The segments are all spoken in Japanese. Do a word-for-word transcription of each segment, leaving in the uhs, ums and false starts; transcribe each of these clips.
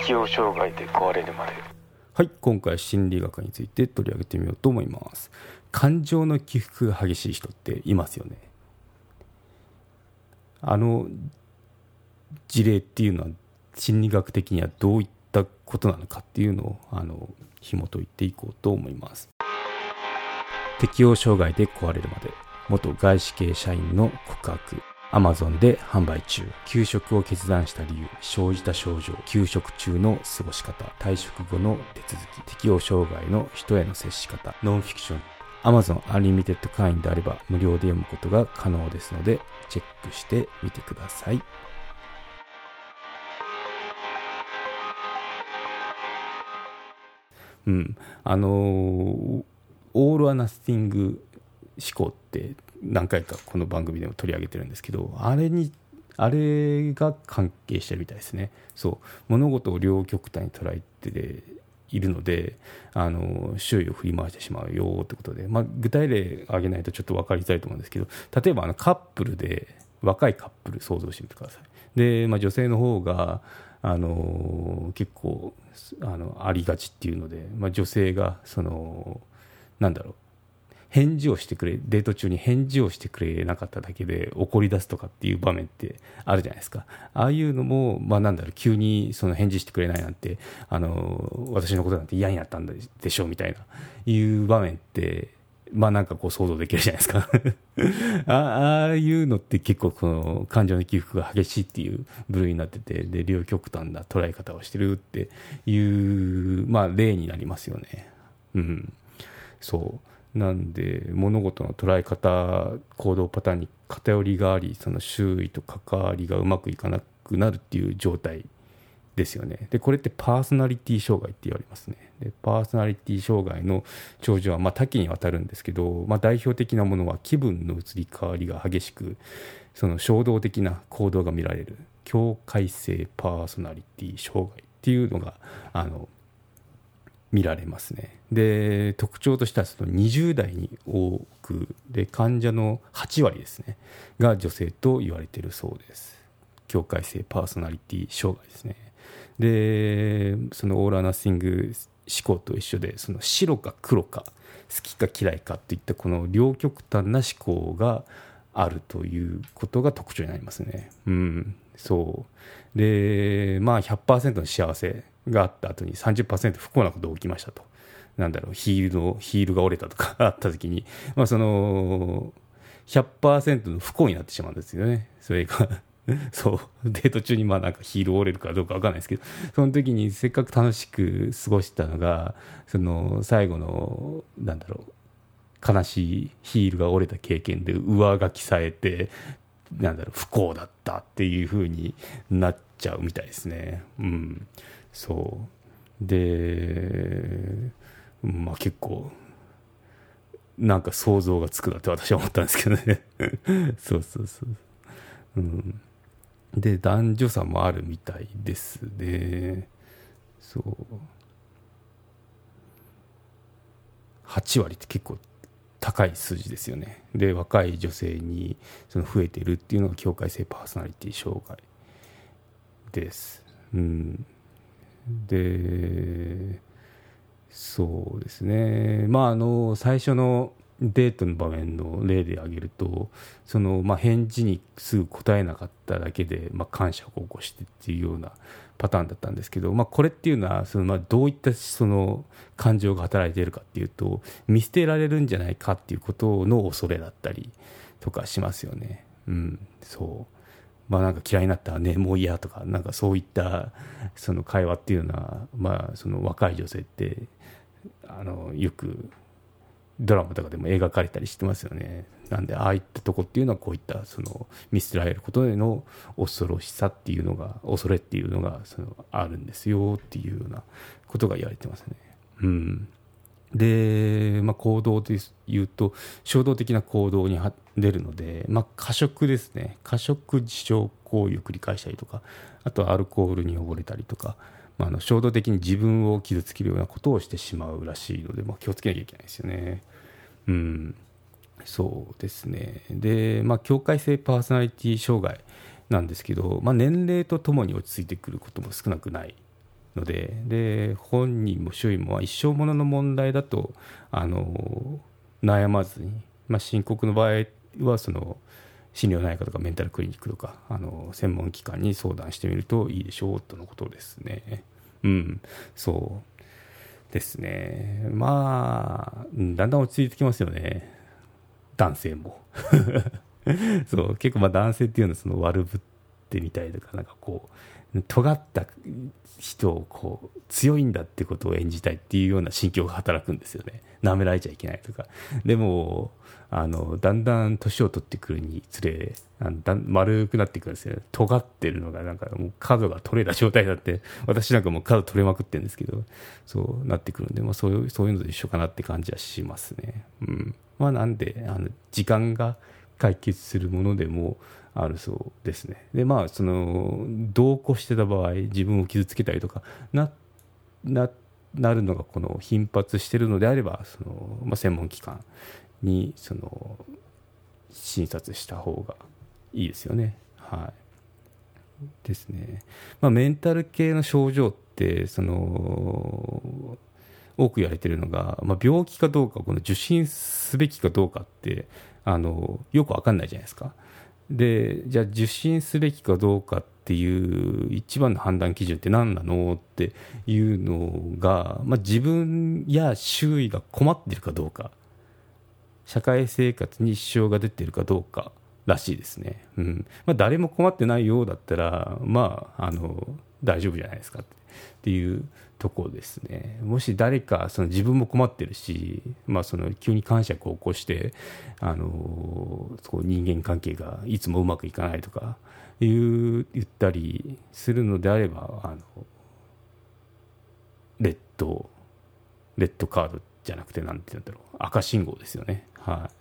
適応障害で壊れるまで。 はい、今回心理学について取り上げてみようと思います。感情の起伏が激しい人っていますよね。あの事例っていうのは心理学的にはどういったことなのかっていうのをあの紐解いていこうと思います。適応障害で壊れるまで、元外資系社員の告白。Amazon で販売中。休職を決断した理由、生じた症状、休職中の過ごし方、退職後の手続き、適応障害の人への接し方、ノンフィクション。Amazon Unlimited 会員であれば無料で読むことが可能ですので、チェックしてみてください。うん、あのー、オール・ア・ナッシング思考って何回かこの番組でも取り上げてるんですけど、あれにあれが関係してるみたいですね。そう物事を両極端に捉えているので、あの周囲を振り回してしまうよってことで、まあ、具体例挙げないとちょっと分かりづらいと思うんですけど、例えばあのカップルで若いカップル想像してみてください。で、まあ、女性の方があの結構あのありがちっていうので、まあ、女性がそのなんだろう返事をしてくれデート中に返事をしてくれなかっただけで怒り出すとかっていう場面ってあるじゃないですか。ああいうのも、まあ、なんだろう急にその返事してくれないなんてあの私のことなんて嫌になったんでしょうみたいないう場面ってまあなんかこう想像できるじゃないですかあ, ああいうのって結構この感情の起伏が激しいっていう部類になってて、で両極端な捉え方をしてるっていう、まあ、例になりますよね。うん、そうなんで物事の捉え方行動パターンに偏りがあり、その周囲と関わりがうまくいかなくなるっていう状態ですよね。でこれってパーソナリティ障害って言われますね。でパーソナリティ障害の症状はまあ多岐にわたるんですけど、まあ、代表的なものは気分の移り変わりが激しく、その衝動的な行動が見られる境界性パーソナリティ障害っていうのがあの見られますね。で特徴としてはそのにじゅう代に多くで患者のはち割ですねが女性と言われているそうです。境界性パーソナリティ障害ですね。でそのオール・ア・ナッシング思考と一緒で、その白か黒か好きか嫌いかといったこの両極端な思考があるということが特徴になりますね。うん、そうでまあ ひゃくパーセント の幸せがあった後に さんじゅっパーセント 不幸なことが起きましたと、なんだろうヒールのヒールが折れたとかあった時に、まあ、その ひゃくパーセント の不幸になってしまうんですよね。それがそうデート中にまあなんかヒール折れるかどうか分かんないですけど、その時にせっかく楽しく過ごしたのがその最後のなんだろう悲しいヒールが折れた経験で上書きされて、なんだろう不幸だったっていう風になっちゃうみたいですね。うん、そうで、まあ結構なんか想像がつくなって私は思ったんですけどねそうそうそう、うん、で男女差もあるみたいですね。そうはち割って結構高い数字ですよね。で若い女性にその増えているっていうのが境界性パーソナリティ障害です。うん、でそうですね、まああの最初のデートの場面の例で挙げると、その、まあ、返事にすぐ答えなかっただけで、まあ、感謝を起こしてっていうようなパターンだったんですけど、まあ、これっていうのはその、まあ、どういったその感情が働いているかっていうと、見捨てられるんじゃないかっていうことの恐れだったりとかしますよね。うん、そうまあ、なんか嫌いになったらねもう嫌とか、なんかそういったその会話っていうのは、まあ、その若い女性ってあのよくドラマとかでも描かれたりしてますよね。なんでああいったとこっていうのはこういったその見捨てられることへの恐ろしさっていうのが恐れっていうのがそのあるんですよっていうようなことが言われてますね。うん、で、まあ、行動でいうと衝動的な行動に出るので、まあ、過食ですね。過食自傷行為を繰り返したりとか、あとはアルコールに溺れたりとか、まあ、あの衝動的に自分を傷つけるようなことをしてしまうらしいので、まあ、気をつけなきゃいけないですよね。うん、そうですね。で、まあ、境界性パーソナリティ障害なんですけど、まあ、年齢とともに落ち着いてくることも少なくないので、で本人も周囲も一生ものの問題だとあの悩まずに、まあ、深刻の場合はその心療内科とかメンタルクリニックとかあの専門機関に相談してみるといいでしょうとのことですね。うん、そうですね。まあだんだん落ち着いてきますよね、男性もそう結構まあ男性っていうのはその悪ぶってみたいとか、なんかこう尖った人をこう強いんだってことを演じたいっていうような心境が働くんですよね。舐められちゃいけないとか。でもあのだんだん年を取ってくるにつれあのだん丸くなってくるんですよね。尖ってるのがなんかもう角が取れた状態になって、私なんかもう角取れまくってるんですけど、そうなってくるんで、まあ、そういう、そういうのと一緒かなって感じはしますね。うんまあ、なんであの時間が解決するものでもあるそうですね。でまあその同行してた場合自分を傷つけたりとかなななるのがこの頻発しているのであれば、その、まあ、専門機関にその診察した方がいいですよね。はいですね。まあ、メンタル系の症状ってその多く言われているのが、まあ、病気かどうかこの受診すべきかどうかってあのよく分かんないじゃないですか。でじゃあ受診すべきかどうかっていう一番の判断基準って何なのっていうのが、まあ、自分や周囲が困っているかどうか、社会生活に支障が出ているかどうからしいですね。うんまあ、誰も困ってないようだったら、まあ、あの大丈夫じゃないですかっていうところですね。もし誰かその自分も困ってるし、まあ、その急に感触を起こしてあのこう人間関係がいつもうまくいかないとかいう言ったりするのであれば、あのレッドレッドカードじゃなくてなんて言うんだろう、赤信号ですよね。はい、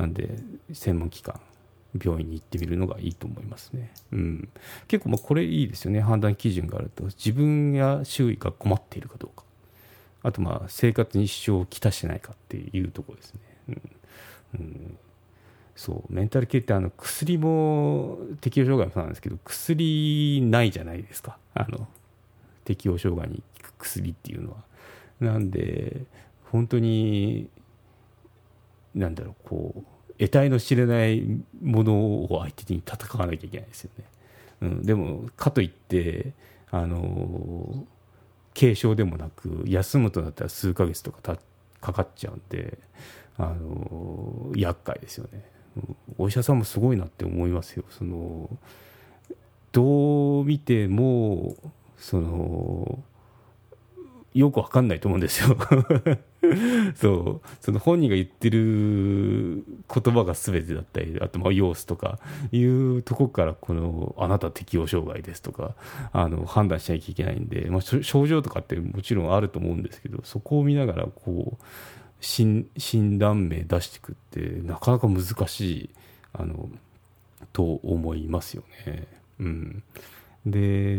なんで専門機関病院に行ってみるのがいいと思いますね。うん、結構まあこれいいですよね。判断基準があると自分や周囲が困っているかどうか、あとまあ生活に支障をきたしてないかっていうところですね。うんうん、そうメンタル系ってあの薬も適応障害もそうなんですけど、薬ないじゃないですか、あの適応障害に効く薬っていうのは。なんで本当になんだろう、こう得体の知れないものを相手に戦わなきゃいけないですよね。うん、でもかといってあの軽症でもなく休むとなったら数ヶ月とかたかかっちゃうんで、あの厄介ですよね。お医者さんもすごいなって思いますよ。そのどう見てもそのよくわかんないと思うんですよそうその本人が言ってる言葉が全てだったり、あとまあ様子とかいうところからこのあなた適応障害ですとかあの判断しなきゃいけないんで、まあ、症状とかってもちろんあると思うんですけど、そこを見ながらこう診断名出していくってなかなか難しいあのと思いますよね。うんで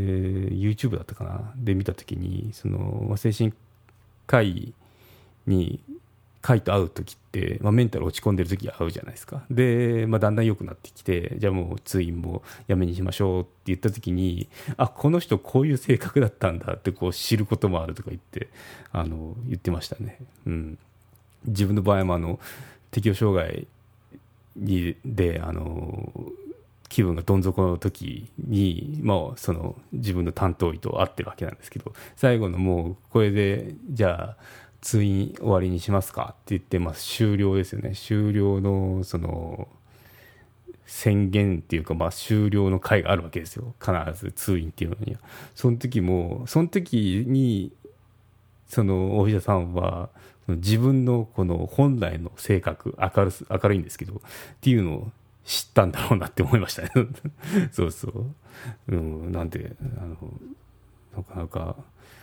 YouTube だったかなで見たときにその精神科医に科医と会うときって、まあ、メンタル落ち込んでるとき会うじゃないですか。で、まあ、だんだん良くなってきて、じゃあもう通院もやめにしましょうって言ったときに、あこの人こういう性格だったんだってこう知ることもあるとか言ってあの言ってましたね。うん、自分の場合もあの適応障害にであの気分がどん底の時に、まあ、その自分の担当医と会ってるわけなんですけど、最後のもうこれでじゃあ通院終わりにしますかって言って、まあ、終了ですよね。終了のその宣言っていうか、まあ、終了の会があるわけですよ、必ず通院っていうのには。その時もその時にそのお医者さんは自分のこの本来の性格、明る明るいんですけどっていうのを知ったんだろうなって思いましたねそうそう、うん、なんであのなかなか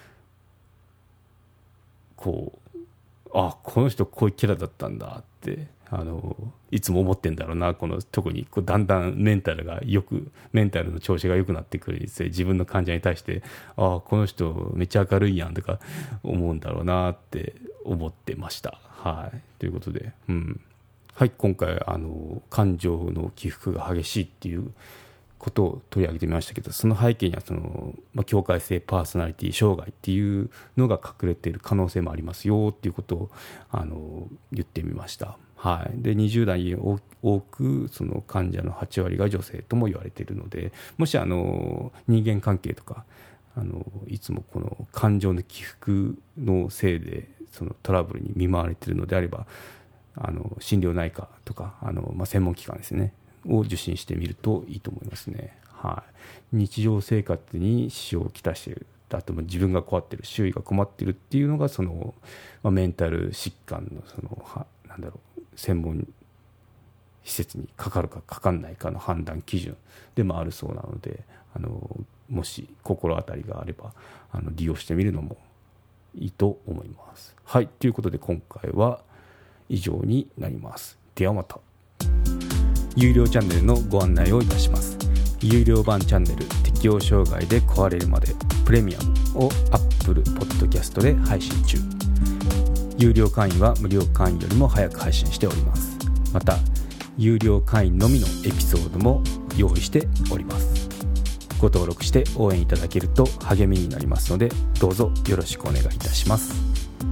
こうあこの人こういうキャラだったんだってあのいつも思ってんだろうな。この特にこうだんだんメンタルがよくメンタルの調子が良くなってくるにつれ、自分の患者に対してあこの人めっちゃ明るいやんとか思うんだろうなって思ってました。はいということで、うんはい、今回あの感情の起伏が激しいっていうことを取り上げてみましたけど、その背景にはその、まあ、境界性パーソナリティ障害っていうのが隠れている可能性もありますよっていうことをあの言ってみました。はい、でにじゅう代に多くその患者のはち割が女性とも言われているので、もしあの人間関係とかあのいつもこの感情の起伏のせいでそのトラブルに見舞われているのであれば、あの心療内科とかあの、まあ、専門機関ですねを受診してみるといいと思いますね。はい、日常生活に支障をきたしている、あと自分が困っている、周囲が困っているっていうのがその、まあ、メンタル疾患のそのはなんだろう専門施設にかかるかかかんないかの判断基準でもあるそうなので、あのもし心当たりがあればあの利用してみるのもいいと思います。はい、ということで今回は以上になります。ではまた。有料チャンネルのご案内をいたします。有料版チャンネル適応障害で壊れるまでプレミアムを Apple Podcast で配信中。有料会員は無料会員よりも早く配信しております。また有料会員のみのエピソードも用意しております。ご登録して応援いただけると励みになりますので、どうぞよろしくお願いいたします。